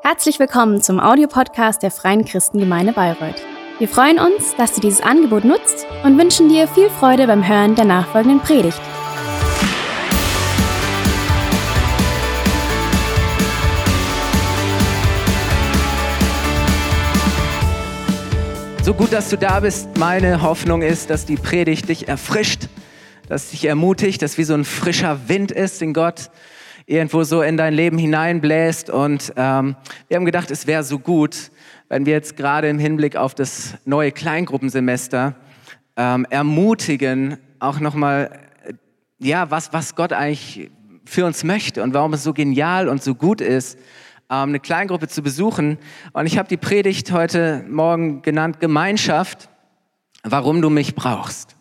Herzlich willkommen zum Audiopodcast der Freien Christengemeinde Bayreuth. Wir freuen uns, dass du dieses Angebot nutzt und wünschen dir viel Freude beim Hören der nachfolgenden Predigt. So gut, dass du da bist. Meine Hoffnung ist, dass die Predigt dich erfrischt, dass dich ermutigt, dass wie so ein frischer Wind ist, den Gott irgendwo so in dein Leben hineinbläst. Und wir haben gedacht, es wäre so gut, wenn wir jetzt gerade im Hinblick auf das neue Kleingruppensemester ermutigen, auch nochmal, was Gott eigentlich für uns möchte und warum es so genial und so gut ist, eine Kleingruppe zu besuchen. Und ich habe die Predigt heute Morgen genannt, Gemeinschaft, warum du mich brauchst.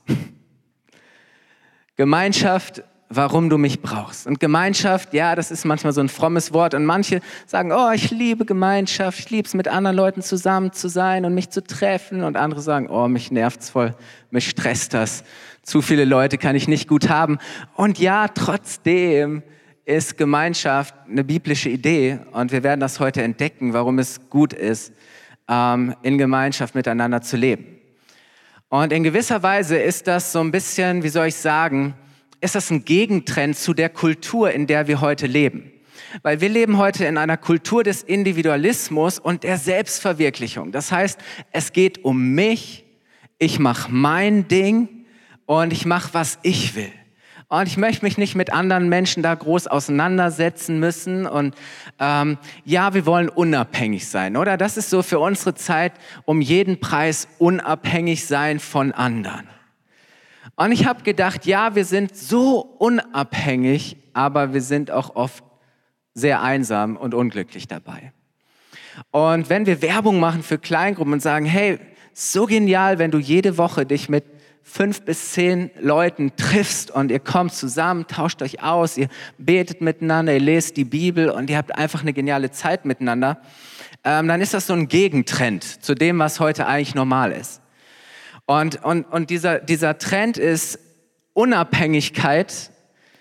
Gemeinschaft, warum du mich brauchst. Und Gemeinschaft, ja, das ist manchmal so ein frommes Wort. Und manche sagen, oh, ich liebe Gemeinschaft, ich liebe es, mit anderen Leuten zusammen zu sein und mich zu treffen. Und andere sagen, oh, mich nervt's voll, mich stresst das. Zu viele Leute kann ich nicht gut haben. Und ja, trotzdem ist Gemeinschaft eine biblische Idee. Und wir werden das heute entdecken, warum es gut ist, in Gemeinschaft miteinander zu leben. Und in gewisser Weise ist das so ein bisschen, wie soll ich sagen, ist das ein Gegentrend zu der Kultur, in der wir heute leben. Weil wir leben heute in einer Kultur des Individualismus und der Selbstverwirklichung. Das heißt, es geht um mich, ich mache mein Ding und ich mache, was ich will. Und ich möchte mich nicht mit anderen Menschen da groß auseinandersetzen müssen. Und wir wollen unabhängig sein, oder? Das ist so für unsere Zeit, um jeden Preis unabhängig sein von anderen. Und ich habe gedacht, ja, wir sind so unabhängig, aber wir sind auch oft sehr einsam und unglücklich dabei. Und wenn wir Werbung machen für Kleingruppen und sagen, hey, so genial, wenn du jede Woche dich mit 5 bis 10 Leuten triffst und ihr kommt zusammen, tauscht euch aus, ihr betet miteinander, ihr lest die Bibel und ihr habt einfach eine geniale Zeit miteinander, dann ist das so ein Gegentrend zu dem, was heute eigentlich normal ist. Und dieser Trend ist Unabhängigkeit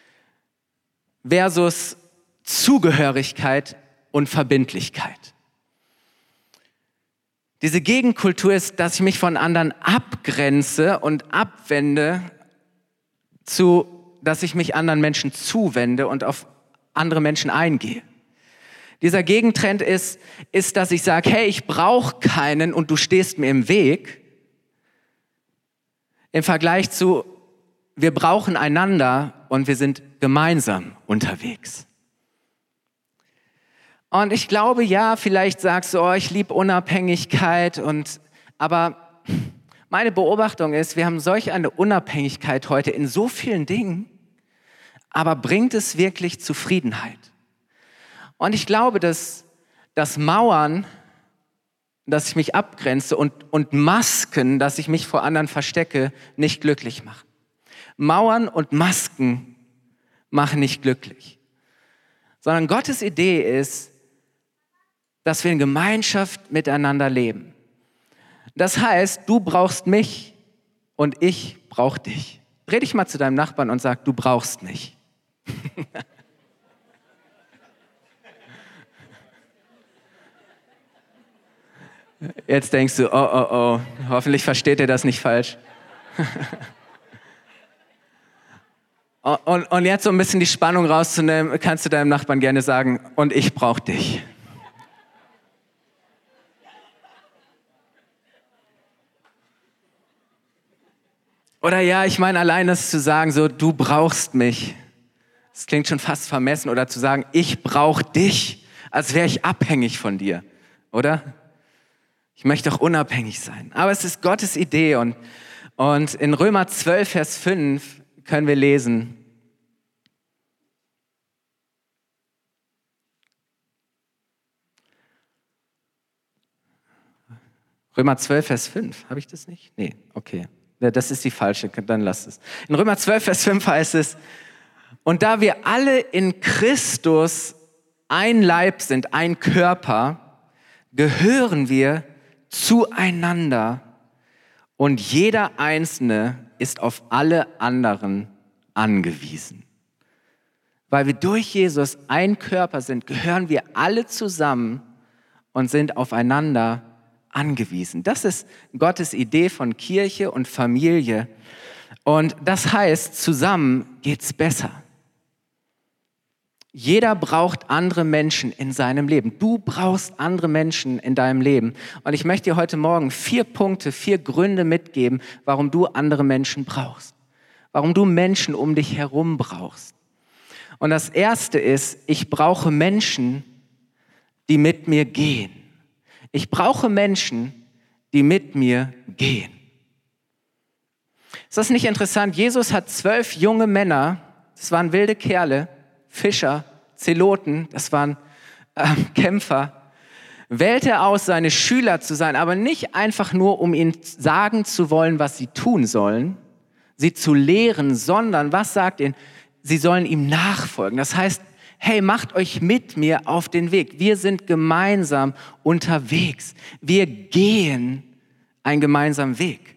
versus Zugehörigkeit und Verbindlichkeit. Diese Gegenkultur ist, dass ich mich von anderen abgrenze und abwende, dass ich mich anderen Menschen zuwende und auf andere Menschen eingehe. Dieser Gegentrend ist, dass ich sage, hey, ich brauche keinen und du stehst mir im Weg. Im Vergleich zu, wir brauchen einander und wir sind gemeinsam unterwegs. Und ich glaube, ja, vielleicht sagst du, oh, ich liebe Unabhängigkeit, aber meine Beobachtung ist, wir haben solch eine Unabhängigkeit heute in so vielen Dingen, aber bringt es wirklich Zufriedenheit? Und ich glaube, dass Mauern, dass ich mich abgrenze und Masken, dass ich mich vor anderen verstecke, nicht glücklich machen. Mauern und Masken machen nicht glücklich. Sondern Gottes Idee ist, dass wir in Gemeinschaft miteinander leben. Das heißt, du brauchst mich und ich brauche dich. Dreh dich mal zu deinem Nachbarn und sag, du brauchst mich. Jetzt denkst du, oh, hoffentlich versteht ihr das nicht falsch. Und jetzt so ein bisschen die Spannung rauszunehmen, kannst du deinem Nachbarn gerne sagen, und ich brauche dich. Oder ja, ich meine allein das zu sagen, so, du brauchst mich. Das klingt schon fast vermessen. Oder zu sagen, ich brauche dich, als wäre ich abhängig von dir, oder? Ich möchte auch unabhängig sein. Aber es ist Gottes Idee und in Römer 12, Vers 5 können wir lesen, Römer 12, Vers 5, habe ich das nicht? Nee, okay. Das ist die falsche, dann lass es. In Römer 12, Vers 5 heißt es, und da wir alle in Christus ein Leib sind, ein Körper, gehören wir zueinander und jeder Einzelne ist auf alle anderen angewiesen. Weil wir durch Jesus ein Körper sind, gehören wir alle zusammen und sind aufeinander angewiesen. Das ist Gottes Idee von Kirche und Familie. Und das heißt, zusammen geht's besser. Jeder braucht andere Menschen in seinem Leben. Du brauchst andere Menschen in deinem Leben. Und ich möchte dir heute Morgen 4 Punkte, 4 Gründe mitgeben, warum du andere Menschen brauchst. Warum du Menschen um dich herum brauchst. Und das Erste ist, ich brauche Menschen, die mit mir gehen. Ich brauche Menschen, die mit mir gehen. Ist das nicht interessant? Jesus hat 12 junge Männer, das waren wilde Kerle, Fischer, Zeloten, das waren Kämpfer, wählt er aus, seine Schüler zu sein, aber nicht einfach nur, um ihnen sagen zu wollen, was sie tun sollen, sie zu lehren, sondern was sagt er? Sie sollen ihm nachfolgen. Das heißt, hey, macht euch mit mir auf den Weg. Wir sind gemeinsam unterwegs. Wir gehen einen gemeinsamen Weg.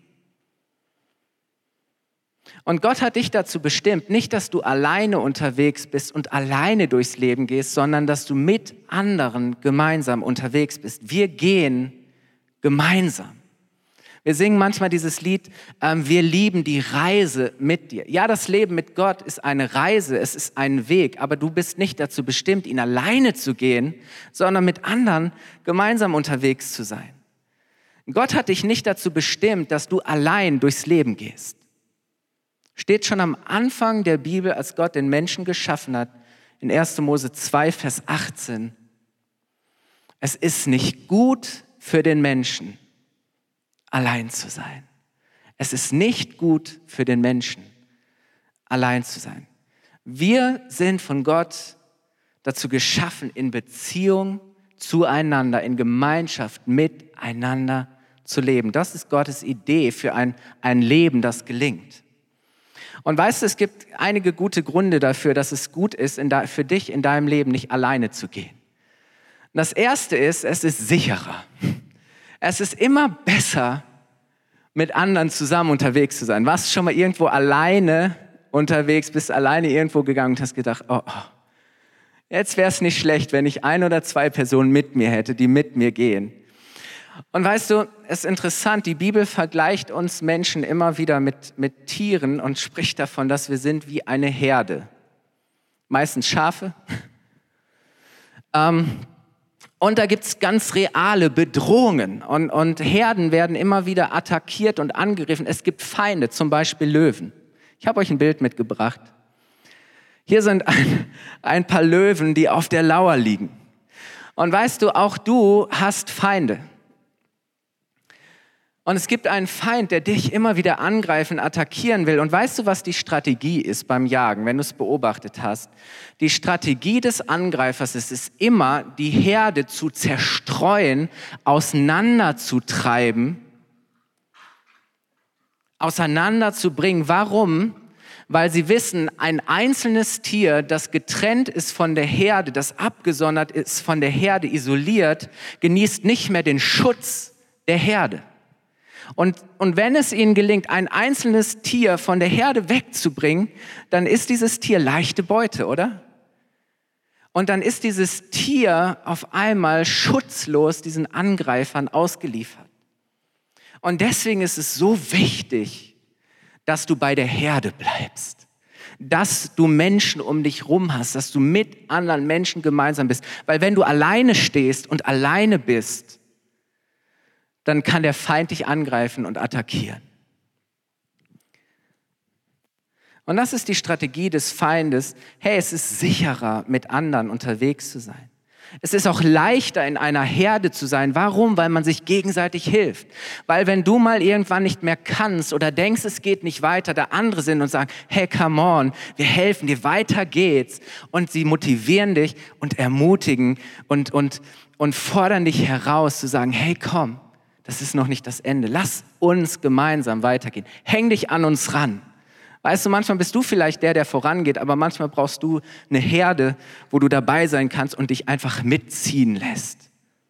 Und Gott hat dich dazu bestimmt, nicht, dass du alleine unterwegs bist und alleine durchs Leben gehst, sondern dass du mit anderen gemeinsam unterwegs bist. Wir gehen gemeinsam. Wir singen manchmal dieses Lied, wir lieben die Reise mit dir. Ja, das Leben mit Gott ist eine Reise, es ist ein Weg, aber du bist nicht dazu bestimmt, ihn alleine zu gehen, sondern mit anderen gemeinsam unterwegs zu sein. Gott hat dich nicht dazu bestimmt, dass du allein durchs Leben gehst. Steht schon am Anfang der Bibel, als Gott den Menschen geschaffen hat, in 1. Mose 2, Vers 18. Es ist nicht gut für den Menschen, allein zu sein. Es ist nicht gut für den Menschen, allein zu sein. Wir sind von Gott dazu geschaffen, in Beziehung zueinander, in Gemeinschaft miteinander zu leben. Das ist Gottes Idee für ein Leben, das gelingt. Und weißt du, es gibt einige gute Gründe dafür, dass es gut ist, für dich in deinem Leben nicht alleine zu gehen. Und das Erste ist, es ist sicherer. Es ist immer besser, mit anderen zusammen unterwegs zu sein. Warst du schon mal irgendwo alleine unterwegs, bist alleine irgendwo gegangen und hast gedacht, jetzt wäre es nicht schlecht, wenn ich 1 oder 2 Personen mit mir hätte, die mit mir gehen. Und weißt du, es ist interessant, die Bibel vergleicht uns Menschen immer wieder mit Tieren und spricht davon, dass wir sind wie eine Herde. Meistens Schafe. Und da gibt es ganz reale Bedrohungen und Herden werden immer wieder attackiert und angegriffen. Es gibt Feinde, zum Beispiel Löwen. Ich habe euch ein Bild mitgebracht. Hier sind ein paar Löwen, die auf der Lauer liegen. Und weißt du, auch du hast Feinde. Und es gibt einen Feind, der dich immer wieder angreifen, attackieren will. Und weißt du, was die Strategie ist beim Jagen, wenn du es beobachtet hast? Die Strategie des Angreifers ist es immer, die Herde zu zerstreuen, auseinanderzutreiben, auseinanderzubringen. Warum? Weil sie wissen, ein einzelnes Tier, das getrennt ist von der Herde, das abgesondert ist von der Herde, isoliert, genießt nicht mehr den Schutz der Herde. Und wenn es ihnen gelingt, ein einzelnes Tier von der Herde wegzubringen, dann ist dieses Tier leichte Beute, oder? Und dann ist dieses Tier auf einmal schutzlos diesen Angreifern ausgeliefert. Und deswegen ist es so wichtig, dass du bei der Herde bleibst. Dass du Menschen um dich rum hast, dass du mit anderen Menschen gemeinsam bist. Weil wenn du alleine stehst und alleine bist, dann kann der Feind dich angreifen und attackieren. Und das ist die Strategie des Feindes. Hey, es ist sicherer, mit anderen unterwegs zu sein. Es ist auch leichter, in einer Herde zu sein. Warum? Weil man sich gegenseitig hilft. Weil wenn du mal irgendwann nicht mehr kannst oder denkst, es geht nicht weiter, da andere sind und sagen, hey, come on, wir helfen dir, weiter geht's. Und sie motivieren dich und ermutigen und fordern dich heraus, zu sagen, hey, komm. Das ist noch nicht das Ende. Lass uns gemeinsam weitergehen. Häng dich an uns ran. Weißt du, manchmal bist du vielleicht der vorangeht, aber manchmal brauchst du eine Herde, wo du dabei sein kannst und dich einfach mitziehen lässt.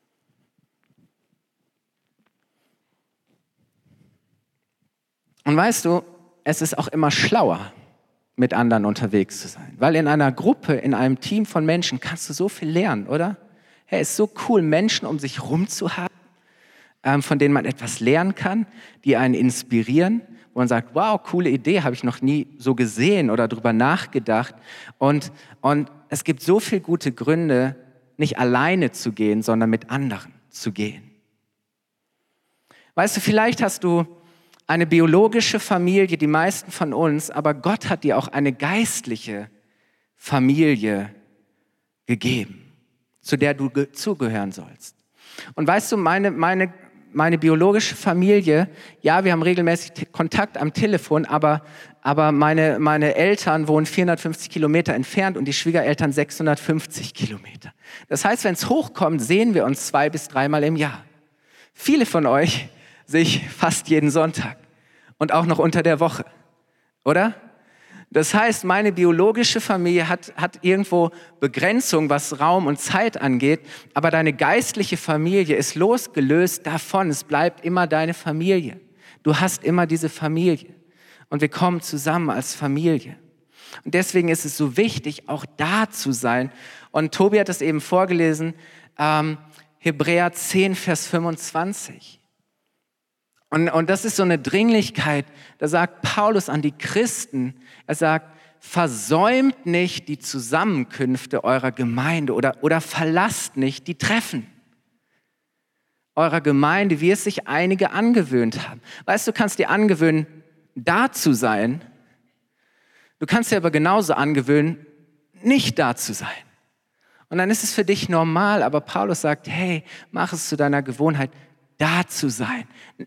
Und weißt du, es ist auch immer schlauer, mit anderen unterwegs zu sein. Weil in einer Gruppe, in einem Team von Menschen kannst du so viel lernen, oder? Hey, es ist so cool, Menschen um sich rum zu haben, von denen man etwas lernen kann, die einen inspirieren, wo man sagt, wow, coole Idee, habe ich noch nie so gesehen oder drüber nachgedacht. Und es gibt so viele gute Gründe, nicht alleine zu gehen, sondern mit anderen zu gehen. Weißt du, vielleicht hast du eine biologische Familie, die meisten von uns, aber Gott hat dir auch eine geistliche Familie gegeben, zu der du zugehören sollst. Und weißt du, meine biologische Familie, ja, wir haben regelmäßig Kontakt am Telefon, aber meine Eltern wohnen 450 Kilometer entfernt und die Schwiegereltern 650 Kilometer. Das heißt, wenn es hochkommt, sehen wir uns 2 bis 3 Mal im Jahr. Viele von euch sehe ich fast jeden Sonntag und auch noch unter der Woche, oder? Das heißt, meine biologische Familie hat irgendwo Begrenzung, was Raum und Zeit angeht, aber deine geistliche Familie ist losgelöst davon. Es bleibt immer deine Familie. Du hast immer diese Familie und wir kommen zusammen als Familie. Und deswegen ist es so wichtig, auch da zu sein. Und Tobi hat das eben vorgelesen, Hebräer 10, Vers 25. Und das ist so eine Dringlichkeit, da sagt Paulus an die Christen, er sagt, versäumt nicht die Zusammenkünfte eurer Gemeinde oder verlasst nicht die Treffen eurer Gemeinde, wie es sich einige angewöhnt haben. Weißt du, kannst dir angewöhnen, da zu sein, du kannst dir aber genauso angewöhnen, nicht da zu sein. Und dann ist es für dich normal, aber Paulus sagt, hey, mach es zu deiner Gewohnheit, da zu sein.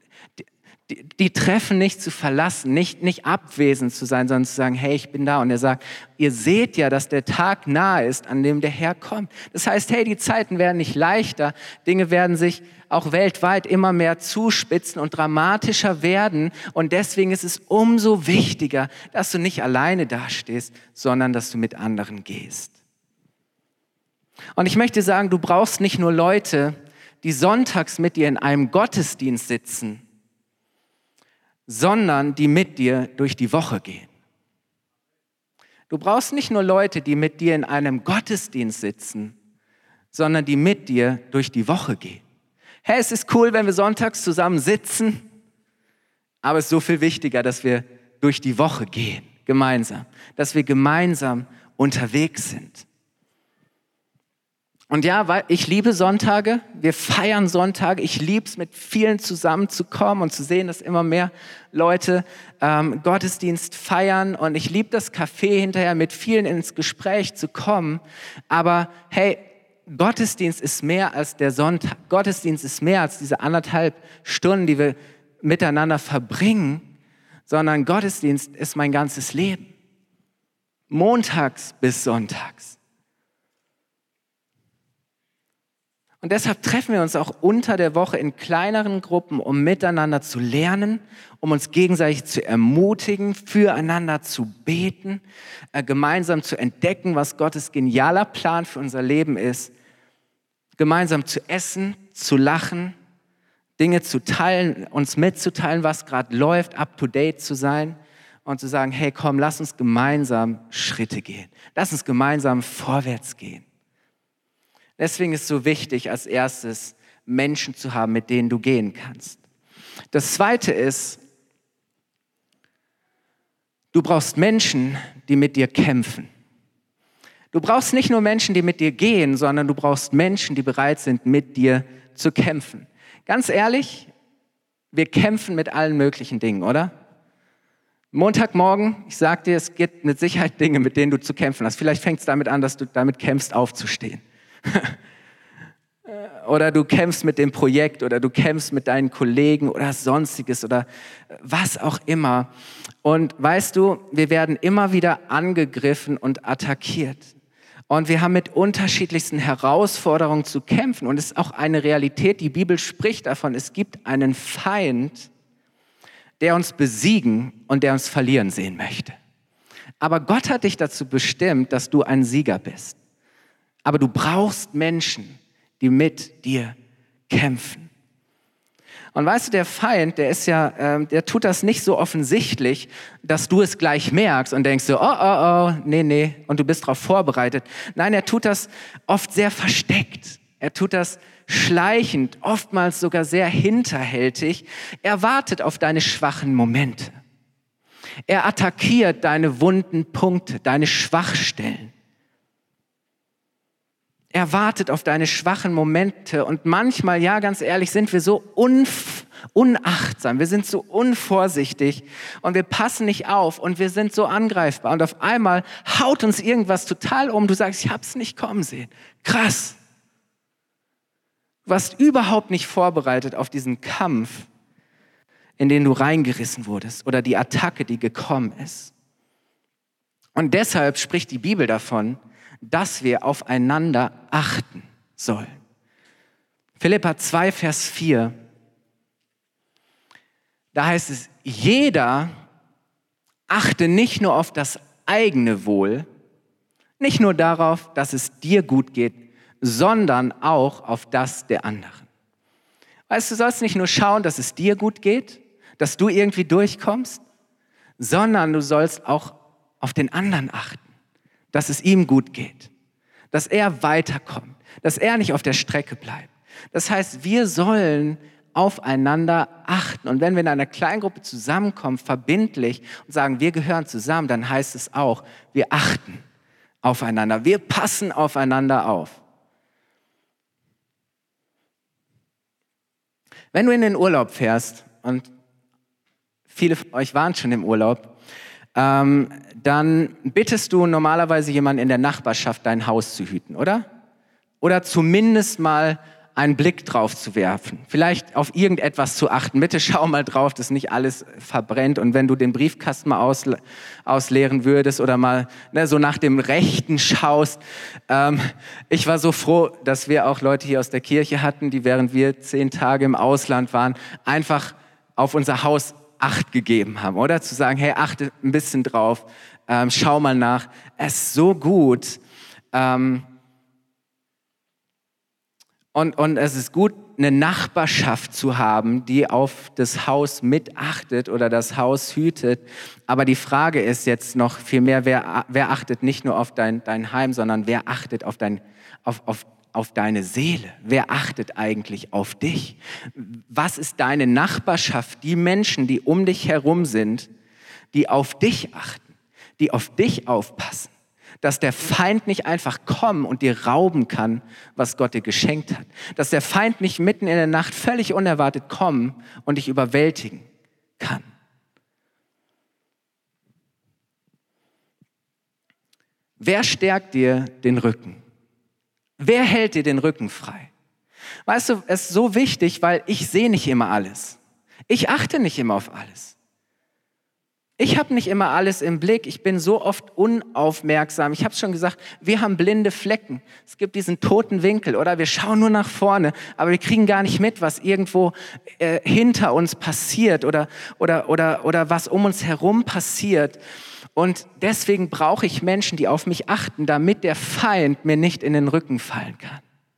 Die Treffen nicht zu verlassen, nicht abwesend zu sein, sondern zu sagen, hey, ich bin da. Und er sagt, ihr seht ja, dass der Tag nahe ist, an dem der Herr kommt. Das heißt, hey, die Zeiten werden nicht leichter. Dinge werden sich auch weltweit immer mehr zuspitzen und dramatischer werden. Und deswegen ist es umso wichtiger, dass du nicht alleine dastehst, sondern dass du mit anderen gehst. Und ich möchte sagen, du brauchst nicht nur Leute, die sonntags mit dir in einem Gottesdienst sitzen, sondern die mit dir durch die Woche gehen. Du brauchst nicht nur Leute, die mit dir in einem Gottesdienst sitzen, sondern die mit dir durch die Woche gehen. Hey, es ist cool, wenn wir sonntags zusammen sitzen, aber es ist so viel wichtiger, dass wir durch die Woche gehen, gemeinsam, dass wir gemeinsam unterwegs sind. Und ja, weil ich liebe Sonntage, wir feiern Sonntage, ich liebe es, mit vielen zusammenzukommen und zu sehen, dass immer mehr Leute Gottesdienst feiern und ich liebe das Café hinterher, mit vielen ins Gespräch zu kommen, aber hey, Gottesdienst ist mehr als der Sonntag, Gottesdienst ist mehr als diese 1,5 Stunden, die wir miteinander verbringen, sondern Gottesdienst ist mein ganzes Leben, montags bis sonntags. Und deshalb treffen wir uns auch unter der Woche in kleineren Gruppen, um miteinander zu lernen, um uns gegenseitig zu ermutigen, füreinander zu beten, gemeinsam zu entdecken, was Gottes genialer Plan für unser Leben ist, gemeinsam zu essen, zu lachen, Dinge zu teilen, uns mitzuteilen, was gerade läuft, up to date zu sein und zu sagen, hey komm, lass uns gemeinsam Schritte gehen, lass uns gemeinsam vorwärts gehen. Deswegen ist es so wichtig, als erstes Menschen zu haben, mit denen du gehen kannst. Das Zweite ist, du brauchst Menschen, die mit dir kämpfen. Du brauchst nicht nur Menschen, die mit dir gehen, sondern du brauchst Menschen, die bereit sind, mit dir zu kämpfen. Ganz ehrlich, wir kämpfen mit allen möglichen Dingen, oder? Montagmorgen, ich sag dir, es gibt mit Sicherheit Dinge, mit denen du zu kämpfen hast. Vielleicht fängt es damit an, dass du damit kämpfst, aufzustehen. Oder du kämpfst mit dem Projekt oder du kämpfst mit deinen Kollegen oder Sonstiges oder was auch immer. Und weißt du, wir werden immer wieder angegriffen und attackiert. Und wir haben mit unterschiedlichsten Herausforderungen zu kämpfen. Und es ist auch eine Realität, die Bibel spricht davon, es gibt einen Feind, der uns besiegen und der uns verlieren sehen möchte. Aber Gott hat dich dazu bestimmt, dass du ein Sieger bist. Aber du brauchst Menschen, die mit dir kämpfen. Und weißt du, der Feind, der tut das nicht so offensichtlich, dass du es gleich merkst und denkst so, nee, und du bist darauf vorbereitet. Nein, er tut das oft sehr versteckt. Er tut das schleichend, oftmals sogar sehr hinterhältig. Er wartet auf deine schwachen Momente. Er attackiert deine wunden Punkte, deine Schwachstellen. Er wartet auf deine schwachen Momente und manchmal, ja ganz ehrlich, sind wir so unachtsam, wir sind so unvorsichtig und wir passen nicht auf und wir sind so angreifbar und auf einmal haut uns irgendwas total um. Du sagst, ich hab's nicht kommen sehen. Krass. Du warst überhaupt nicht vorbereitet auf diesen Kampf, in den du reingerissen wurdest oder die Attacke, die gekommen ist. Und deshalb spricht die Bibel davon, dass wir aufeinander achten sollen. Philipper 2, Vers 4, da heißt es, jeder achte nicht nur auf das eigene Wohl, nicht nur darauf, dass es dir gut geht, sondern auch auf das der anderen. Weißt du, sollst nicht nur schauen, dass es dir gut geht, dass du irgendwie durchkommst, sondern du sollst auch auf den anderen achten, dass es ihm gut geht, dass er weiterkommt, dass er nicht auf der Strecke bleibt. Das heißt, wir sollen aufeinander achten. Und wenn wir in einer Kleingruppe zusammenkommen, verbindlich und sagen, wir gehören zusammen, dann heißt es auch, wir achten aufeinander, wir passen aufeinander auf. Wenn du in den Urlaub fährst, und viele von euch waren schon im Urlaub, dann bittest du normalerweise jemanden in der Nachbarschaft, dein Haus zu hüten, oder? Oder zumindest mal einen Blick drauf zu werfen, vielleicht auf irgendetwas zu achten. Bitte schau mal drauf, dass nicht alles verbrennt. Und wenn du den Briefkasten mal ausleeren würdest oder mal so nach dem Rechten schaust. Ich war so froh, dass wir auch Leute hier aus der Kirche hatten, die während wir 10 Tage im Ausland waren, einfach auf unser Haus Acht gegeben haben, oder? Zu sagen, hey, achte ein bisschen drauf, schau mal nach. Es ist so gut. Und es ist gut, eine Nachbarschaft zu haben, die auf das Haus mitachtet oder das Haus hütet. Aber die Frage ist jetzt noch viel mehr, wer achtet nicht nur auf dein Heim, sondern wer achtet auf deine Seele? Wer achtet eigentlich auf dich? Was ist deine Nachbarschaft? Die Menschen, die um dich herum sind, die auf dich achten, die auf dich aufpassen. Dass der Feind nicht einfach kommen und dir rauben kann, was Gott dir geschenkt hat. Dass der Feind nicht mitten in der Nacht völlig unerwartet kommen und dich überwältigen kann. Wer stärkt dir den Rücken? Wer hält dir den Rücken frei? Weißt du, es ist so wichtig, weil ich sehe nicht immer alles. Ich achte nicht immer auf alles. Ich habe nicht immer alles im Blick. Ich bin so oft unaufmerksam. Ich habe es schon gesagt, wir haben blinde Flecken. Es gibt diesen toten Winkel, oder? Wir schauen nur nach vorne, aber wir kriegen gar nicht mit, was irgendwo hinter uns passiert oder was um uns herum passiert. Und deswegen brauche ich Menschen, die auf mich achten, damit der Feind mir nicht in den Rücken fallen kann.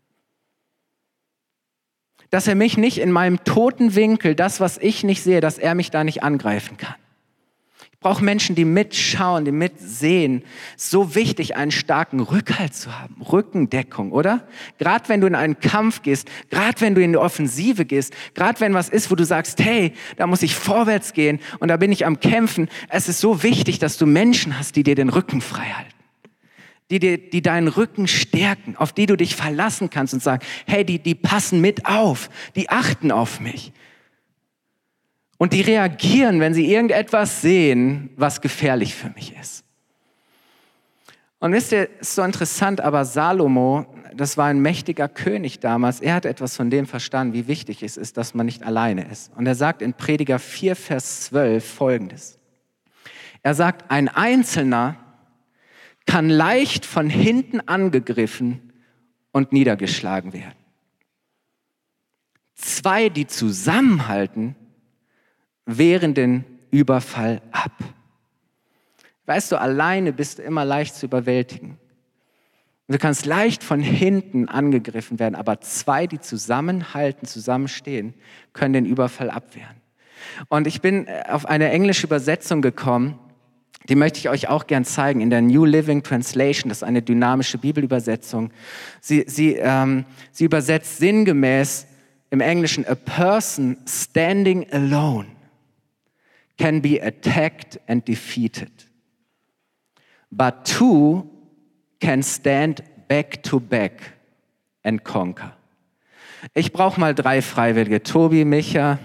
Dass er mich nicht in meinem toten Winkel, das, was ich nicht sehe, dass er mich da nicht angreifen kann. Ich brauche Menschen, die mitschauen, die mitsehen. So wichtig, einen starken Rückhalt zu haben, Rückendeckung, oder? Gerade wenn du in einen Kampf gehst, gerade wenn du in die Offensive gehst, gerade wenn was ist, wo du sagst, hey, da muss ich vorwärts gehen und da bin ich am Kämpfen. Es ist so wichtig, dass du Menschen hast, die dir den Rücken frei halten. Die deinen Rücken stärken, auf die du dich verlassen kannst und sagen, hey, die passen mit auf, die achten auf mich. Und die reagieren, wenn sie irgendetwas sehen, was gefährlich für mich ist. Und wisst ihr, es ist so interessant, aber Salomo, das war ein mächtiger König damals, er hat etwas von dem verstanden, wie wichtig es ist, dass man nicht alleine ist. Und er sagt in Prediger 4, Vers 12 Folgendes. Er sagt, ein Einzelner kann leicht von hinten angegriffen und niedergeschlagen werden. 2, die zusammenhalten, wehren den Überfall ab. Weißt du, alleine bist du immer leicht zu überwältigen. Du kannst leicht von hinten angegriffen werden, aber 2, die zusammenhalten, zusammenstehen, können den Überfall abwehren. Und ich bin auf eine englische Übersetzung gekommen, Die möchte ich euch auch gern zeigen in der New Living Translation. Das ist eine dynamische Bibelübersetzung. Sie übersetzt sinngemäß im Englischen: A person standing alone can be attacked and defeated, but two can stand back to back and conquer. Ich brauche mal 3 Freiwillige. Tobi, Micha,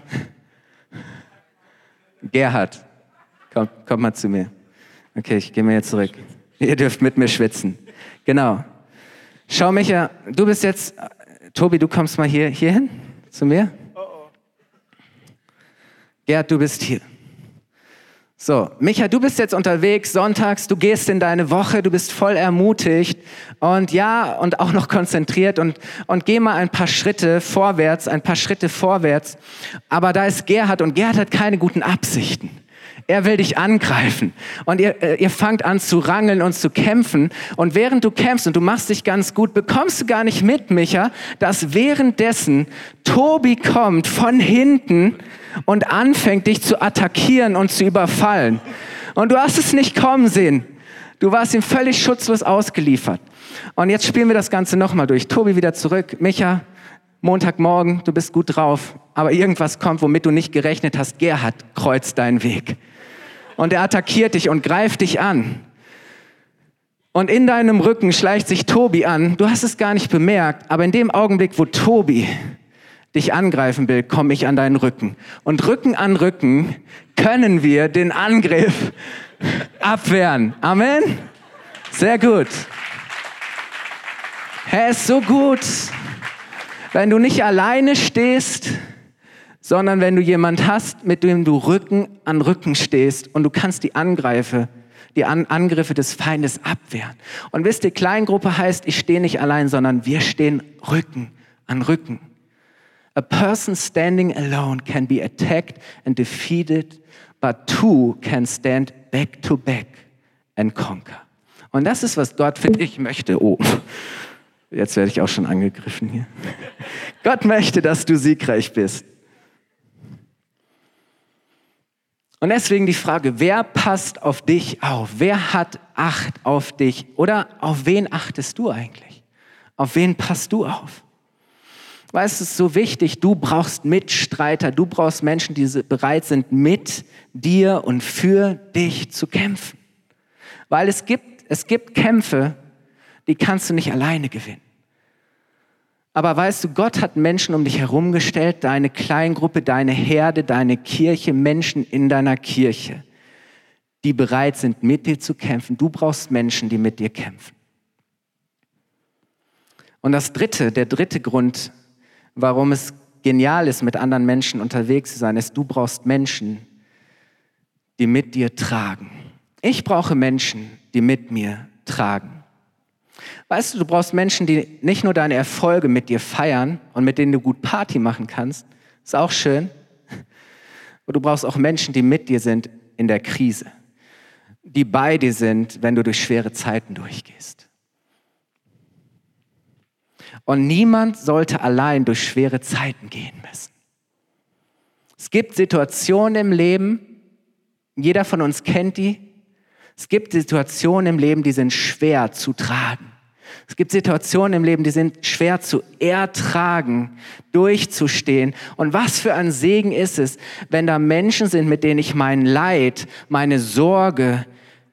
Gerhard. Kommt mal zu mir. Okay, ich gehe mir jetzt zurück. Ihr dürft mit mir schwitzen. Genau. Schau, Micha, du bist jetzt... Tobi, du kommst mal hier hin zu mir. Gerhard, du bist hier. So, Micha, du bist jetzt unterwegs, sonntags, du gehst in deine Woche, du bist voll ermutigt und auch noch konzentriert und geh mal ein paar Schritte vorwärts. Aber da ist Gerhard und Gerhard hat keine guten Absichten. Er will dich angreifen und ihr fangt an zu rangeln und zu kämpfen und während du kämpfst und du machst dich ganz gut, bekommst du gar nicht mit, Micha, dass währenddessen Tobi kommt von hinten und anfängt dich zu attackieren und zu überfallen. Und du hast es nicht kommen sehen. Du warst ihm völlig schutzlos ausgeliefert. Und jetzt spielen wir das Ganze nochmal durch. Tobi wieder zurück. Micha, Montagmorgen, du bist gut drauf, aber irgendwas kommt, womit du nicht gerechnet hast. Gerhard kreuzt deinen Weg. Und er attackiert dich und greift dich an. Und in deinem Rücken schleicht sich Tobi an. Du hast es gar nicht bemerkt, aber in dem Augenblick, wo Tobi dich angreifen will, komme ich an deinen Rücken. Und Rücken an Rücken können wir den Angriff abwehren. Amen? Sehr gut. Hey, ist so gut, wenn du nicht alleine stehst, sondern wenn du jemand hast, mit dem du Rücken an Rücken stehst und du kannst die Angriffe des Feindes abwehren. Und wisst ihr, Kleingruppe heißt, ich stehe nicht allein, sondern wir stehen Rücken an Rücken. A person standing alone can be attacked and defeated, but two can stand back to back and conquer. Und das ist, was Gott für dich möchte. Oh, jetzt werde ich auch schon angegriffen hier. Gott möchte, dass du siegreich bist. Und deswegen die Frage, wer passt auf dich auf? Wer hat Acht auf dich? Oder auf wen achtest du eigentlich? Auf wen passt du auf? Weißt du, es ist so wichtig, du brauchst Mitstreiter, du brauchst Menschen, die bereit sind, mit dir und für dich zu kämpfen. Weil es gibt Kämpfe, die kannst du nicht alleine gewinnen. Aber weißt du, Gott hat Menschen um dich herum gestellt, deine Kleingruppe, deine Herde, deine Kirche, Menschen in deiner Kirche, die bereit sind, mit dir zu kämpfen. Du brauchst Menschen, die mit dir kämpfen. Und der dritte Grund, warum es genial ist, mit anderen Menschen unterwegs zu sein, ist, du brauchst Menschen, die mit dir tragen. Ich brauche Menschen, die mit mir tragen. Weißt du, du brauchst Menschen, die nicht nur deine Erfolge mit dir feiern und mit denen du gut Party machen kannst, ist auch schön, aber du brauchst auch Menschen, die mit dir sind in der Krise, die bei dir sind, wenn du durch schwere Zeiten durchgehst. Und niemand sollte allein durch schwere Zeiten gehen müssen. Es gibt Situationen im Leben, jeder von uns kennt die. Es gibt Situationen im Leben, die sind schwer zu tragen. Es gibt Situationen im Leben, die sind schwer zu ertragen, durchzustehen. Und was für ein Segen ist es, wenn da Menschen sind, mit denen ich mein Leid, meine Sorge,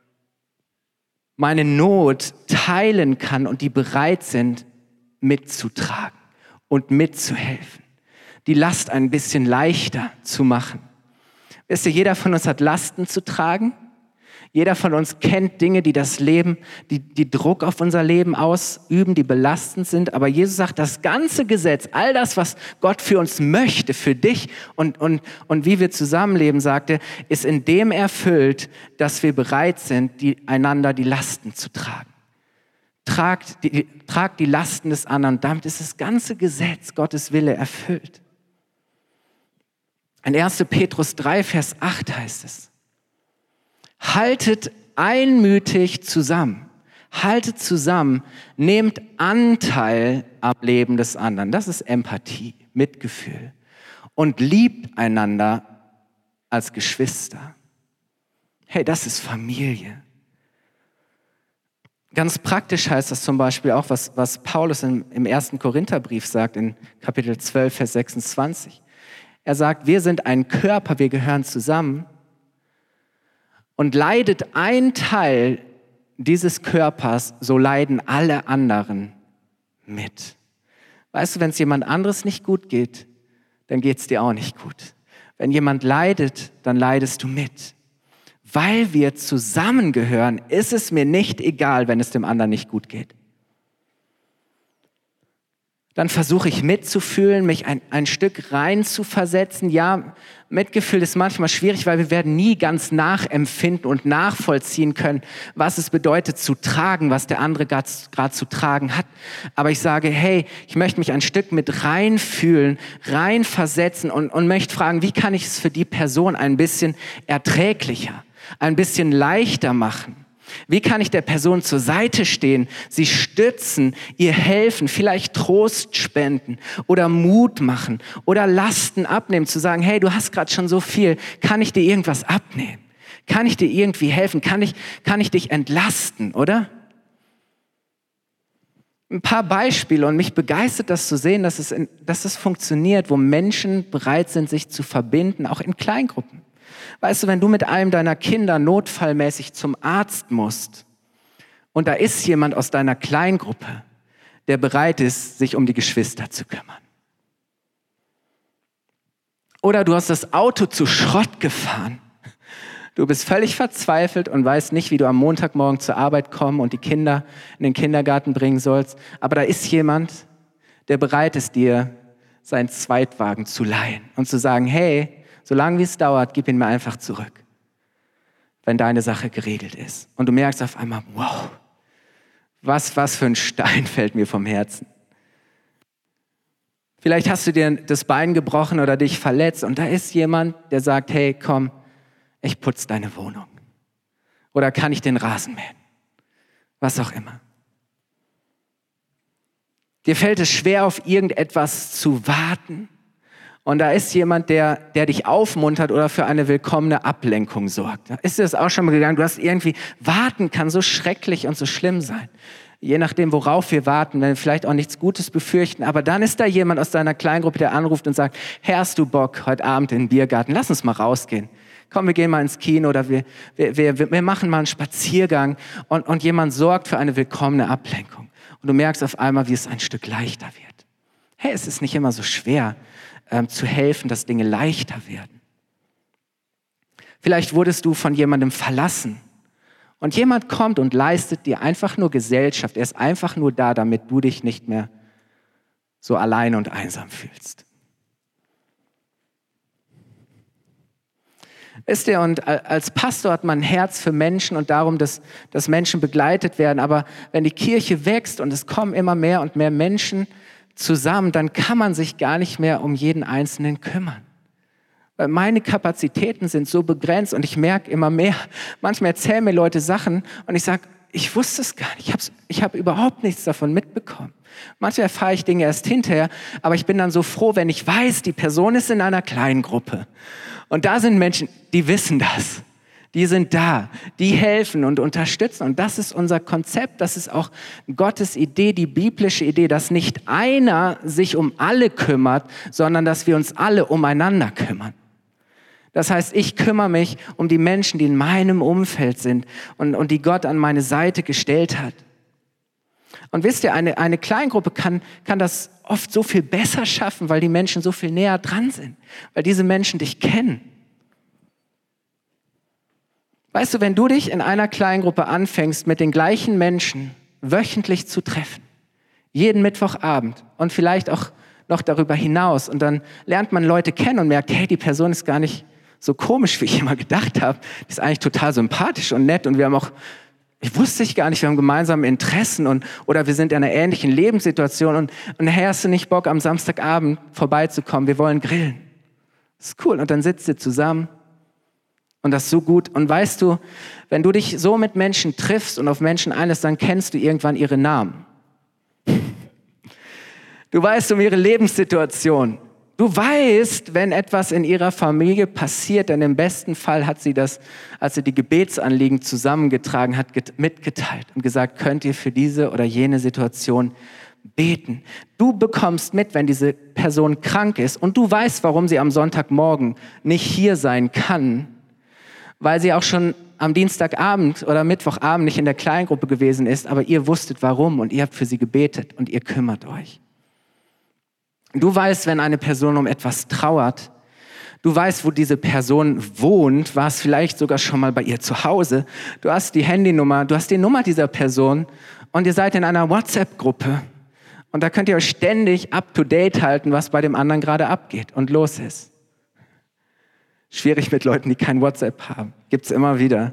meine Not teilen kann und die bereit sind, mitzutragen und mitzuhelfen. Die Last ein bisschen leichter zu machen. Wisst ihr, jeder von uns hat Lasten zu tragen. Jeder von uns kennt Dinge, die das Leben, die Druck auf unser Leben ausüben, die belastend sind. Aber Jesus sagt, das ganze Gesetz, all das, was Gott für uns möchte, für dich und wie wir zusammenleben, sagte, ist in dem erfüllt, dass wir bereit sind, einander die Lasten zu tragen. Tragt die Lasten des anderen. Damit ist das ganze Gesetz, Gottes Wille, erfüllt. In 1. Petrus 3, Vers 8 heißt es: Haltet einmütig zusammen. Haltet zusammen, nehmt Anteil am Leben des anderen. Das ist Empathie, Mitgefühl. Und liebt einander als Geschwister. Hey, das ist Familie. Ganz praktisch heißt das zum Beispiel auch, was Paulus im 1. Korintherbrief sagt, in Kapitel 12, Vers 26. Er sagt, wir sind ein Körper, wir gehören zusammen. Und leidet ein Teil dieses Körpers, so leiden alle anderen mit. Weißt du, wenn es jemand anderes nicht gut geht, dann geht es dir auch nicht gut. Wenn jemand leidet, dann leidest du mit. Weil wir zusammengehören, ist es mir nicht egal, wenn es dem anderen nicht gut geht. Dann versuche ich mitzufühlen, mich ein Stück rein zu versetzen. Ja, Mitgefühl ist manchmal schwierig, weil wir werden nie ganz nachempfinden und nachvollziehen können, was es bedeutet zu tragen, was der andere gerade zu tragen hat. Aber ich sage, hey, ich möchte mich ein Stück mit reinfühlen, reinversetzen und möchte fragen, wie kann ich es für die Person ein bisschen erträglicher, ein bisschen leichter machen? Wie kann ich der Person zur Seite stehen, sie stützen, ihr helfen, vielleicht Trost spenden oder Mut machen oder Lasten abnehmen, zu sagen, hey, du hast gerade schon so viel, kann ich dir irgendwas abnehmen? Kann ich dir irgendwie helfen? Kann ich dich entlasten, oder? Ein paar Beispiele und mich begeistert das zu sehen, dass es funktioniert, wo Menschen bereit sind, sich zu verbinden, auch in Kleingruppen. Weißt du, wenn du mit einem deiner Kinder notfallmäßig zum Arzt musst und da ist jemand aus deiner Kleingruppe, der bereit ist, sich um die Geschwister zu kümmern. Oder du hast das Auto zu Schrott gefahren. Du bist völlig verzweifelt und weißt nicht, wie du am Montagmorgen zur Arbeit kommen und die Kinder in den Kindergarten bringen sollst. Aber da ist jemand, der bereit ist, dir seinen Zweitwagen zu leihen und zu sagen, hey, solange wie es dauert, gib ihn mir einfach zurück, wenn deine Sache geregelt ist. Und du merkst auf einmal, wow, was für ein Stein fällt mir vom Herzen. Vielleicht hast du dir das Bein gebrochen oder dich verletzt und da ist jemand, der sagt, hey, komm, ich putze deine Wohnung. Oder kann ich den Rasen mähen? Was auch immer. Dir fällt es schwer, auf irgendetwas zu warten. Und da ist jemand, der dich aufmuntert oder für eine willkommene Ablenkung sorgt. Ist dir das auch schon mal gegangen? Du hast irgendwie, warten kann so schrecklich und so schlimm sein. Je nachdem, worauf wir warten, wenn wir vielleicht auch nichts Gutes befürchten. Aber dann ist da jemand aus deiner Kleingruppe, der anruft und sagt, hey, hast du Bock, heute Abend in den Biergarten? Lass uns mal rausgehen. Komm, wir gehen mal ins Kino oder wir machen mal einen Spaziergang. Und jemand sorgt für eine willkommene Ablenkung. Und du merkst auf einmal, wie es ein Stück leichter wird. Hey, es ist nicht immer so schwer, zu helfen, dass Dinge leichter werden. Vielleicht wurdest du von jemandem verlassen und jemand kommt und leistet dir einfach nur Gesellschaft. Er ist einfach nur da, damit du dich nicht mehr so allein und einsam fühlst. Wisst ihr, und als Pastor hat man ein Herz für Menschen und darum, dass Menschen begleitet werden. Aber wenn die Kirche wächst und es kommen immer mehr und mehr Menschen zusammen, dann kann man sich gar nicht mehr um jeden Einzelnen kümmern. Weil meine Kapazitäten sind so begrenzt und ich merke immer mehr, manchmal erzählen mir Leute Sachen und ich sage, ich wusste es gar nicht, ich habe überhaupt nichts davon mitbekommen. Manchmal erfahre ich Dinge erst hinterher, aber ich bin dann so froh, wenn ich weiß, die Person ist in einer kleinen Gruppe. Und da sind Menschen, die wissen das. Die sind da, die helfen und unterstützen. Und das ist unser Konzept, das ist auch Gottes Idee, die biblische Idee, dass nicht einer sich um alle kümmert, sondern dass wir uns alle umeinander kümmern. Das heißt, ich kümmere mich um die Menschen, die in meinem Umfeld sind und die Gott an meine Seite gestellt hat. Und wisst ihr, eine Kleingruppe kann das oft so viel besser schaffen, weil die Menschen so viel näher dran sind, weil diese Menschen dich kennen. Weißt du, wenn du dich in einer Kleingruppe anfängst, mit den gleichen Menschen wöchentlich zu treffen, jeden Mittwochabend und vielleicht auch noch darüber hinaus, und dann lernt man Leute kennen und merkt, hey, die Person ist gar nicht so komisch, wie ich immer gedacht habe. Die ist eigentlich total sympathisch und nett und wir haben auch, ich wusste ich gar nicht, wir haben gemeinsame Interessen oder wir sind in einer ähnlichen Lebenssituation und hey, hast du nicht Bock, am Samstagabend vorbeizukommen? Wir wollen grillen. Das ist cool. Und dann sitzt ihr zusammen. Und das ist so gut. Und weißt du, wenn du dich so mit Menschen triffst und auf Menschen einlässt, dann kennst du irgendwann ihre Namen. Du weißt um ihre Lebenssituation. Du weißt, wenn etwas in ihrer Familie passiert, denn im besten Fall hat sie das, als sie die Gebetsanliegen zusammengetragen hat, mitgeteilt und gesagt, könnt ihr für diese oder jene Situation beten. Du bekommst mit, wenn diese Person krank ist und du weißt, warum sie am Sonntagmorgen nicht hier sein kann, weil sie auch schon am Dienstagabend oder Mittwochabend nicht in der Kleingruppe gewesen ist, aber ihr wusstet warum und ihr habt für sie gebetet und ihr kümmert euch. Du weißt, wenn eine Person um etwas trauert, du weißt, wo diese Person wohnt, warst vielleicht sogar schon mal bei ihr zu Hause, du hast die Handynummer, du hast die Nummer dieser Person und ihr seid in einer WhatsApp-Gruppe und da könnt ihr euch ständig up-to-date halten, was bei dem anderen gerade abgeht und los ist. Schwierig mit Leuten, die kein WhatsApp haben, gibt's immer wieder.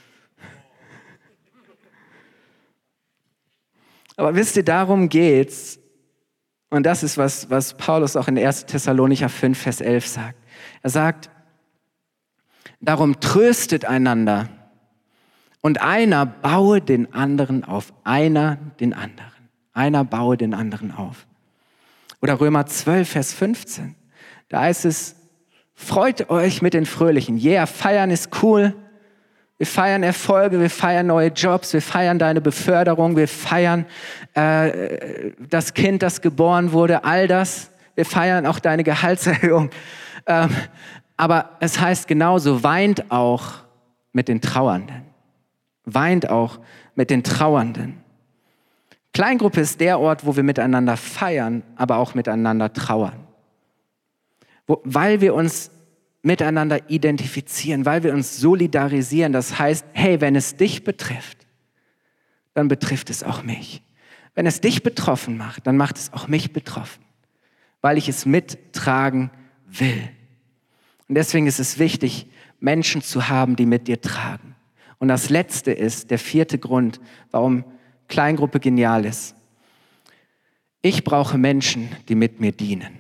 Aber wisst ihr, darum geht's. Und das ist, was Paulus auch in 1. Thessalonicher 5, Vers 11 sagt. Er sagt, darum tröstet einander und einer baue den anderen auf. Einer den anderen. Einer baue den anderen auf. Oder Römer 12, Vers 15. Da heißt es, freut euch mit den Fröhlichen. Yeah, feiern ist cool. Wir feiern Erfolge, wir feiern neue Jobs, wir feiern deine Beförderung, wir feiern das Kind, das geboren wurde, all das. Wir feiern auch deine Gehaltserhöhung. Aber es heißt genauso, weint auch mit den Trauernden. Weint auch mit den Trauernden. Kleingruppe ist der Ort, wo wir miteinander feiern, aber auch miteinander trauern. Weil wir uns miteinander identifizieren, weil wir uns solidarisieren. Das heißt, hey, wenn es dich betrifft, dann betrifft es auch mich. Wenn es dich betroffen macht, dann macht es auch mich betroffen, weil ich es mittragen will. Und deswegen ist es wichtig, Menschen zu haben, die mit dir tragen. Und das Letzte ist, der 4. Grund, warum Kleingruppe genial ist. Ich brauche Menschen, die mit mir dienen.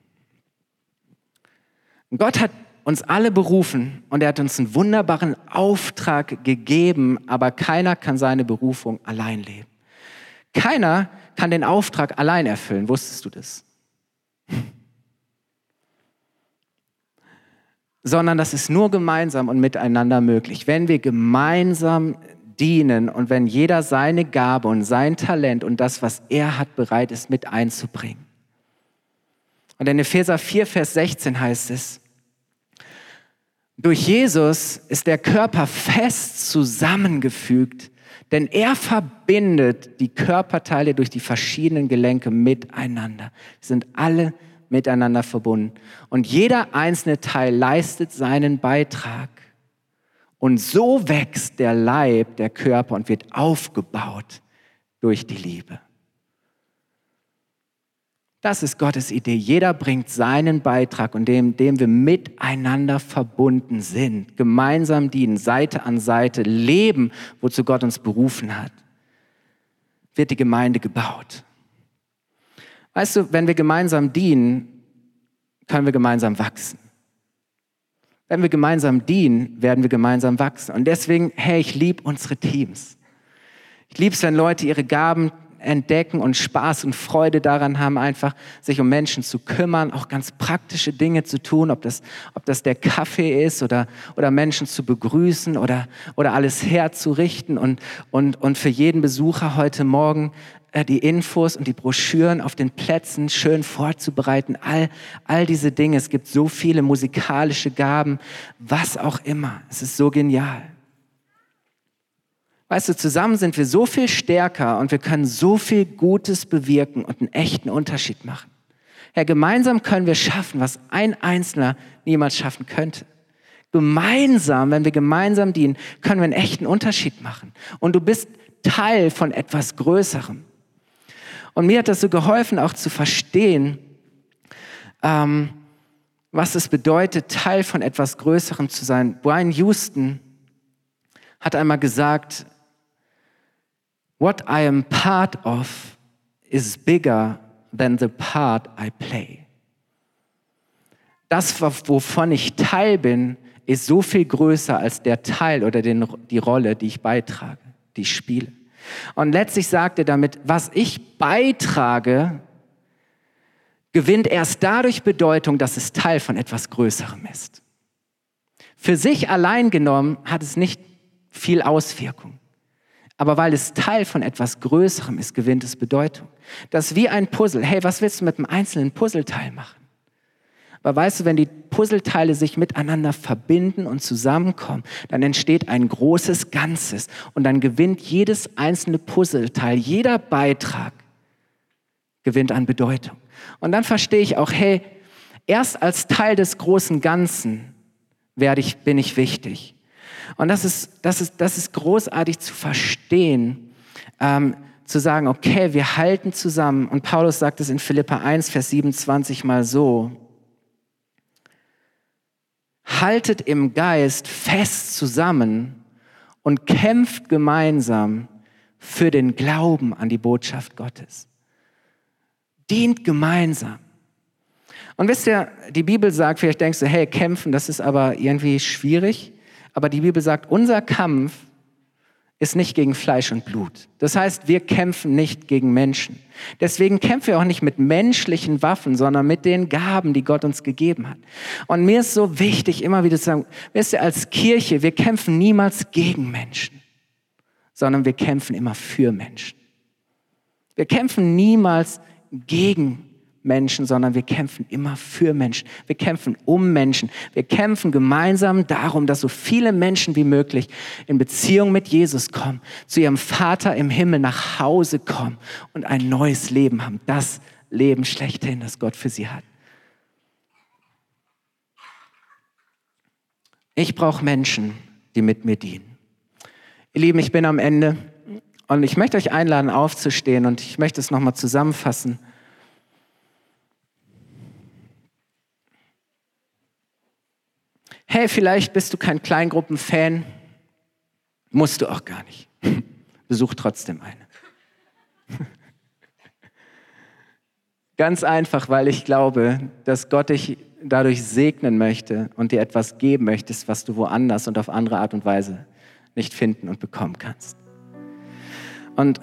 Gott hat uns alle berufen und er hat uns einen wunderbaren Auftrag gegeben, aber keiner kann seine Berufung allein leben. Keiner kann den Auftrag allein erfüllen. Wusstest du das? Sondern das ist nur gemeinsam und miteinander möglich. Wenn wir gemeinsam dienen und wenn jeder seine Gabe und sein Talent und das, was er hat, bereit ist, mit einzubringen. Und in Epheser 4, Vers 16 heißt es, durch Jesus ist der Körper fest zusammengefügt, denn er verbindet die Körperteile durch die verschiedenen Gelenke miteinander. Wir sind alle miteinander verbunden. Und jeder einzelne Teil leistet seinen Beitrag. Und so wächst der Leib, der Körper und wird aufgebaut durch die Liebe. Das ist Gottes Idee. Jeder bringt seinen Beitrag und dem wir miteinander verbunden sind, gemeinsam dienen, Seite an Seite leben, wozu Gott uns berufen hat, wird die Gemeinde gebaut. Weißt du, wenn wir gemeinsam dienen, können wir gemeinsam wachsen. Wenn wir gemeinsam dienen, werden wir gemeinsam wachsen. Und deswegen, hey, ich liebe unsere Teams. Ich liebe es, wenn Leute ihre Gaben entdecken und Spaß und Freude daran haben, einfach sich um Menschen zu kümmern, auch ganz praktische Dinge zu tun, ob das der Kaffee ist oder Menschen zu begrüßen oder alles herzurichten und für jeden Besucher heute Morgen die Infos und die Broschüren auf den Plätzen schön vorzubereiten, all diese Dinge. Es gibt so viele musikalische Gaben, was auch immer. Es ist so genial. Weißt du, zusammen sind wir so viel stärker und wir können so viel Gutes bewirken und einen echten Unterschied machen. Ja, gemeinsam können wir schaffen, was ein Einzelner niemals schaffen könnte. Gemeinsam, wenn wir gemeinsam dienen, können wir einen echten Unterschied machen. Und du bist Teil von etwas Größerem. Und mir hat das so geholfen, auch zu verstehen, was es bedeutet, Teil von etwas Größerem zu sein. Brian Houston hat einmal gesagt, what I am part of is bigger than the part I play. Das, wovon ich Teil bin, ist so viel größer als der Teil oder die Rolle, die ich beitrage, die ich spiele. Und letztlich sagt er damit, was ich beitrage, gewinnt erst dadurch Bedeutung, dass es Teil von etwas Größerem ist. Für sich allein genommen hat es nicht viel Auswirkung. Aber weil es Teil von etwas Größerem ist, gewinnt es Bedeutung. Das ist wie ein Puzzle. Hey, was willst du mit einem einzelnen Puzzleteil machen? Aber weißt du, wenn die Puzzleteile sich miteinander verbinden und zusammenkommen, dann entsteht ein großes Ganzes. Und dann gewinnt jedes einzelne Puzzleteil, jeder Beitrag gewinnt an Bedeutung. Und dann verstehe ich auch, hey, erst als Teil des großen Ganzen bin ich wichtig. Und das ist großartig zu verstehen, zu sagen, okay, wir halten zusammen. Und Paulus sagt es in Philipper 1, Vers 27 mal so: Haltet im Geist fest zusammen und kämpft gemeinsam für den Glauben an die Botschaft Gottes. Dient gemeinsam. Und wisst ihr, die Bibel sagt, vielleicht denkst du, hey, kämpfen, das ist aber irgendwie schwierig. Aber die Bibel sagt, unser Kampf ist nicht gegen Fleisch und Blut. Das heißt, wir kämpfen nicht gegen Menschen. Deswegen kämpfen wir auch nicht mit menschlichen Waffen, sondern mit den Gaben, die Gott uns gegeben hat. Und mir ist so wichtig, immer wieder zu sagen, wisst ihr, als Kirche, wir kämpfen niemals gegen Menschen, sondern wir kämpfen immer für Menschen. Wir kämpfen niemals gegen Menschen, sondern wir kämpfen immer für Menschen. Wir kämpfen um Menschen. Wir kämpfen gemeinsam darum, dass so viele Menschen wie möglich in Beziehung mit Jesus kommen, zu ihrem Vater im Himmel nach Hause kommen und ein neues Leben haben. Das Leben schlechthin, das Gott für sie hat. Ich brauche Menschen, die mit mir dienen. Ihr Lieben, ich bin am Ende und ich möchte euch einladen, aufzustehen, und ich möchte es nochmal zusammenfassen. Hey, vielleicht bist du kein Kleingruppenfan, musst du auch gar nicht. Besuch trotzdem eine. Ganz einfach, weil ich glaube, dass Gott dich dadurch segnen möchte und dir etwas geben möchtest, was du woanders und auf andere Art und Weise nicht finden und bekommen kannst. Und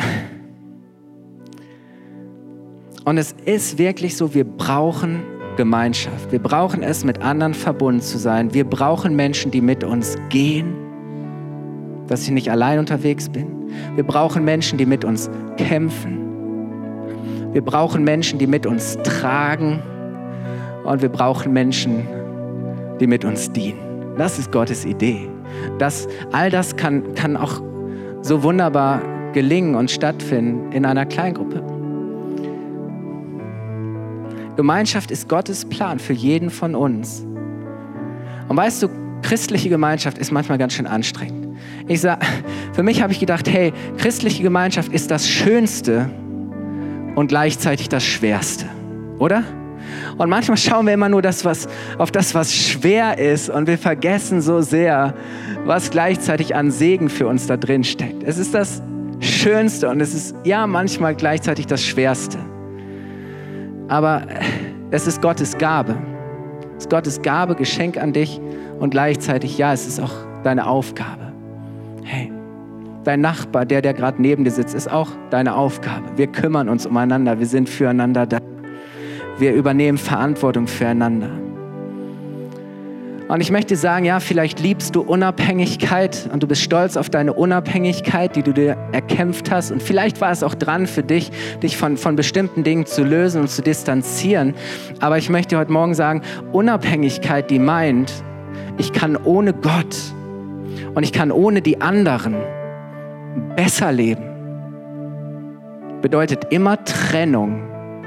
es ist wirklich so, wir brauchen Gemeinschaft. Wir brauchen es, mit anderen verbunden zu sein. Wir brauchen Menschen, die mit uns gehen, dass ich nicht allein unterwegs bin. Wir brauchen Menschen, die mit uns kämpfen. Wir brauchen Menschen, die mit uns tragen. Und wir brauchen Menschen, die mit uns dienen. Das ist Gottes Idee. All das kann auch so wunderbar gelingen und stattfinden in einer Kleingruppe. Gemeinschaft ist Gottes Plan für jeden von uns. Und weißt du, christliche Gemeinschaft ist manchmal ganz schön anstrengend. Für mich habe ich gedacht, hey, christliche Gemeinschaft ist das Schönste und gleichzeitig das Schwerste, oder? Und manchmal schauen wir immer nur auf das, was schwer ist, und wir vergessen so sehr, was gleichzeitig an Segen für uns da drin steckt. Es ist das Schönste und es ist ja manchmal gleichzeitig das Schwerste. Aber es ist Gottes Gabe. Es ist Gottes Gabe, Geschenk an dich, und gleichzeitig, ja, es ist auch deine Aufgabe. Hey, dein Nachbar, der gerade neben dir sitzt, ist auch deine Aufgabe. Wir kümmern uns umeinander, wir sind füreinander da. Wir übernehmen Verantwortung füreinander. Und ich möchte sagen, ja, vielleicht liebst du Unabhängigkeit und du bist stolz auf deine Unabhängigkeit, die du dir erkämpft hast. Und vielleicht war es auch dran für dich, dich von bestimmten Dingen zu lösen und zu distanzieren. Aber ich möchte heute Morgen sagen, Unabhängigkeit, die meint, ich kann ohne Gott und ich kann ohne die anderen besser leben, bedeutet immer Trennung.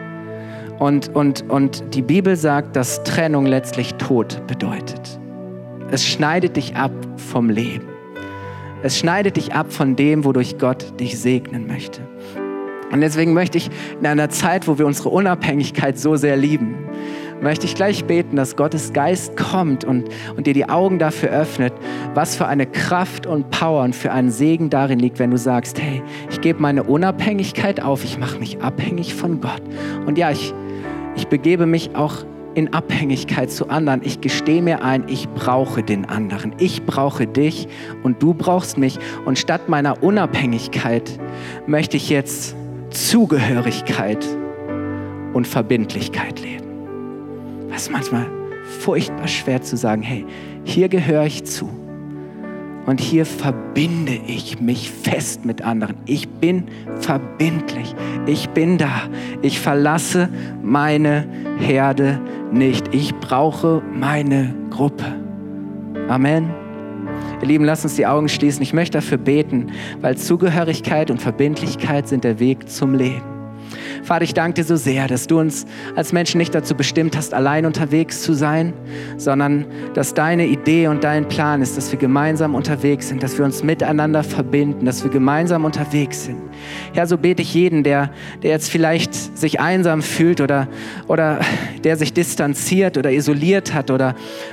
Und die Bibel sagt, dass Trennung letztlich Tod bedeutet. Es schneidet dich ab vom Leben. Es schneidet dich ab von dem, wodurch Gott dich segnen möchte. Und deswegen möchte ich in einer Zeit, wo wir unsere Unabhängigkeit so sehr lieben, möchte ich gleich beten, dass Gottes Geist kommt und dir die Augen dafür öffnet, was für eine Kraft und Power und für einen Segen darin liegt, wenn du sagst, hey, ich gebe meine Unabhängigkeit auf, ich mache mich abhängig von Gott. Und ja, ich begebe mich auch in Abhängigkeit zu anderen. Ich gestehe mir ein, ich brauche den anderen. Ich brauche dich und du brauchst mich. Und statt meiner Unabhängigkeit möchte ich jetzt Zugehörigkeit und Verbindlichkeit leben. Das ist manchmal furchtbar schwer zu sagen, hey, hier gehöre ich zu und hier verbinde ich mich fest mit anderen. Ich bin verbindlich, ich bin da, ich verlasse meine Herde nicht, ich brauche meine Gruppe. Amen. Ihr Lieben, lasst uns die Augen schließen. Ich möchte dafür beten, weil Zugehörigkeit und Verbindlichkeit sind der Weg zum Leben. Vater, ich danke dir so sehr, dass du uns als Menschen nicht dazu bestimmt hast, allein unterwegs zu sein, sondern dass deine Idee und dein Plan ist, dass wir gemeinsam unterwegs sind, dass wir uns miteinander verbinden, dass wir gemeinsam unterwegs sind. Ja, so bete ich jeden, der jetzt vielleicht sich einsam fühlt oder der sich distanziert oder isoliert hat oder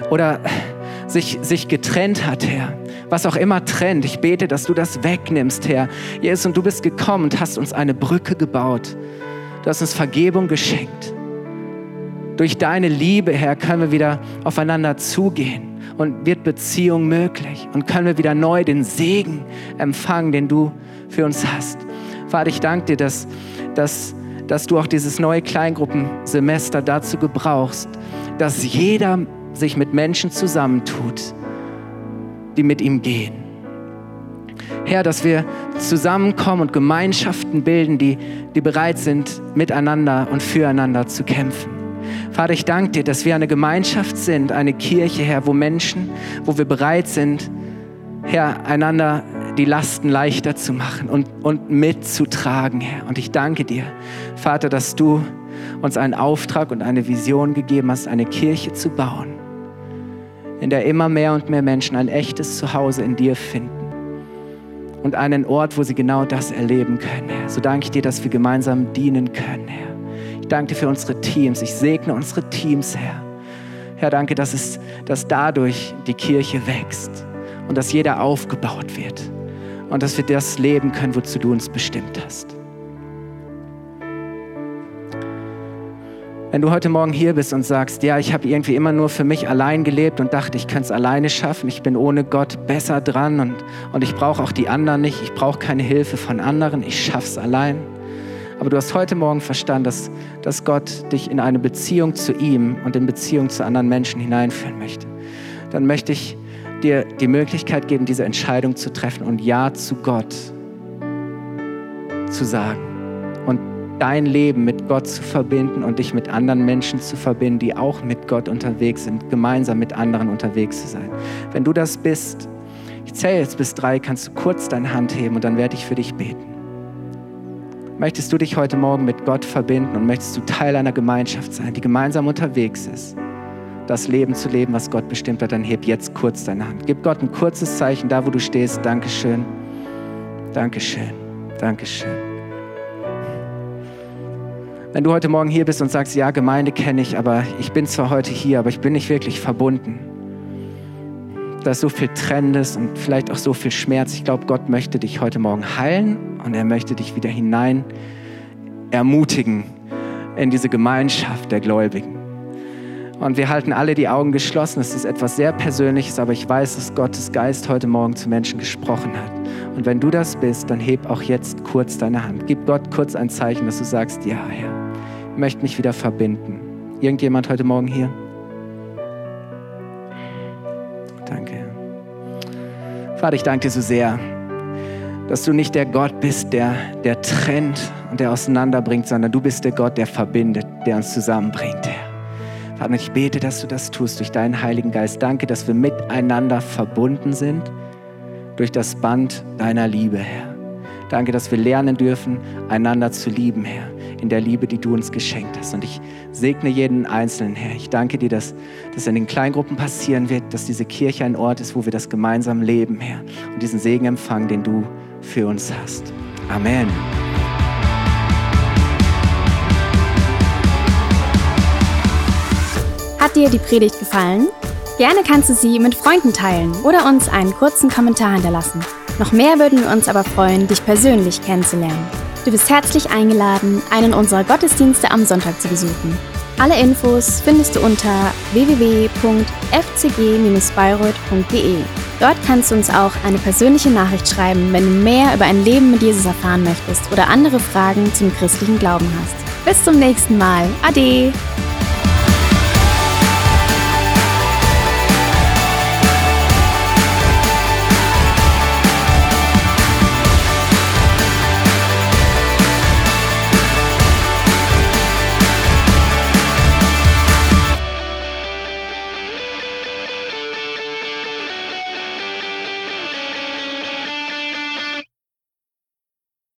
sich getrennt hat, Herr. Was auch immer trennt, ich bete, dass du das wegnimmst, Herr. Jesus, und du bist gekommen und hast uns eine Brücke gebaut. Du hast uns Vergebung geschenkt. Durch deine Liebe, Herr, können wir wieder aufeinander zugehen und wird Beziehung möglich und können wir wieder neu den Segen empfangen, den du für uns hast. Vater, ich danke dir, dass du auch dieses neue Kleingruppensemester dazu gebrauchst, dass jeder sich mit Menschen zusammentut, die mit ihm gehen. Herr, dass wir zusammenkommen und Gemeinschaften bilden, die bereit sind, miteinander und füreinander zu kämpfen. Vater, ich danke dir, dass wir eine Gemeinschaft sind, eine Kirche, Herr, wo wir bereit sind, Herr, einander die Lasten leichter zu machen und mitzutragen, Herr. Und ich danke dir, Vater, dass du uns einen Auftrag und eine Vision gegeben hast, eine Kirche zu bauen, in der immer mehr und mehr Menschen ein echtes Zuhause in dir finden und einen Ort, wo sie genau das erleben können, Herr. So danke ich dir, dass wir gemeinsam dienen können, Herr. Ich danke dir für unsere Teams. Ich segne unsere Teams, Herr. Herr, danke, dass dadurch die Kirche wächst und dass jeder aufgebaut wird und dass wir das leben können, wozu du uns bestimmt hast. Wenn du heute Morgen hier bist und sagst, ja, ich habe irgendwie immer nur für mich allein gelebt und dachte, ich könnte es alleine schaffen, ich bin ohne Gott besser dran und ich brauche auch die anderen nicht, ich brauche keine Hilfe von anderen, ich schaffe es allein. Aber du hast heute Morgen verstanden, dass Gott dich in eine Beziehung zu ihm und in Beziehung zu anderen Menschen hineinführen möchte. Dann möchte ich dir die Möglichkeit geben, diese Entscheidung zu treffen und Ja zu Gott zu sagen und dein Leben mit Gott zu verbinden und dich mit anderen Menschen zu verbinden, die auch mit Gott unterwegs sind, gemeinsam mit anderen unterwegs zu sein. Wenn du das bist, ich zähle jetzt bis 3, kannst du kurz deine Hand heben und dann werde ich für dich beten. Möchtest du dich heute Morgen mit Gott verbinden und möchtest du Teil einer Gemeinschaft sein, die gemeinsam unterwegs ist, das Leben zu leben, was Gott bestimmt hat, dann heb jetzt kurz deine Hand. Gib Gott ein kurzes Zeichen, da wo du stehst. Dankeschön, Dankeschön, Dankeschön. Wenn du heute Morgen hier bist und sagst, ja, Gemeinde kenne ich, aber ich bin zwar heute hier, aber ich bin nicht wirklich verbunden. Da ist so viel Trennendes und vielleicht auch so viel Schmerz. Ich glaube, Gott möchte dich heute Morgen heilen und er möchte dich wieder hinein ermutigen in diese Gemeinschaft der Gläubigen. Und wir halten alle die Augen geschlossen. Es ist etwas sehr Persönliches, aber ich weiß, dass Gottes Geist heute Morgen zu Menschen gesprochen hat. Und wenn du das bist, dann heb auch jetzt kurz deine Hand. Gib Gott kurz ein Zeichen, dass du sagst, ja, Herr, ich möchte mich wieder verbinden. Irgendjemand heute Morgen hier? Danke, Herr. Vater, ich danke dir so sehr, dass du nicht der Gott bist, der trennt und der auseinanderbringt, sondern du bist der Gott, der verbindet, der uns zusammenbringt, Herr. Vater, ich bete, dass du das tust durch deinen Heiligen Geist. Danke, dass wir miteinander verbunden sind durch das Band deiner Liebe, Herr. Danke, dass wir lernen dürfen, einander zu lieben, Herr, in der Liebe, die du uns geschenkt hast. Und ich segne jeden Einzelnen, Herr. Ich danke dir, dass das in den Kleingruppen passieren wird, dass diese Kirche ein Ort ist, wo wir das gemeinsam leben, Herr, und diesen Segen empfangen, den du für uns hast. Amen. Hat dir die Predigt gefallen? Gerne kannst du sie mit Freunden teilen oder uns einen kurzen Kommentar hinterlassen. Noch mehr würden wir uns aber freuen, dich persönlich kennenzulernen. Du bist herzlich eingeladen, einen unserer Gottesdienste am Sonntag zu besuchen. Alle Infos findest du unter www.fcg-bayreuth.de. Dort kannst du uns auch eine persönliche Nachricht schreiben, wenn du mehr über ein Leben mit Jesus erfahren möchtest oder andere Fragen zum christlichen Glauben hast. Bis zum nächsten Mal. Ade!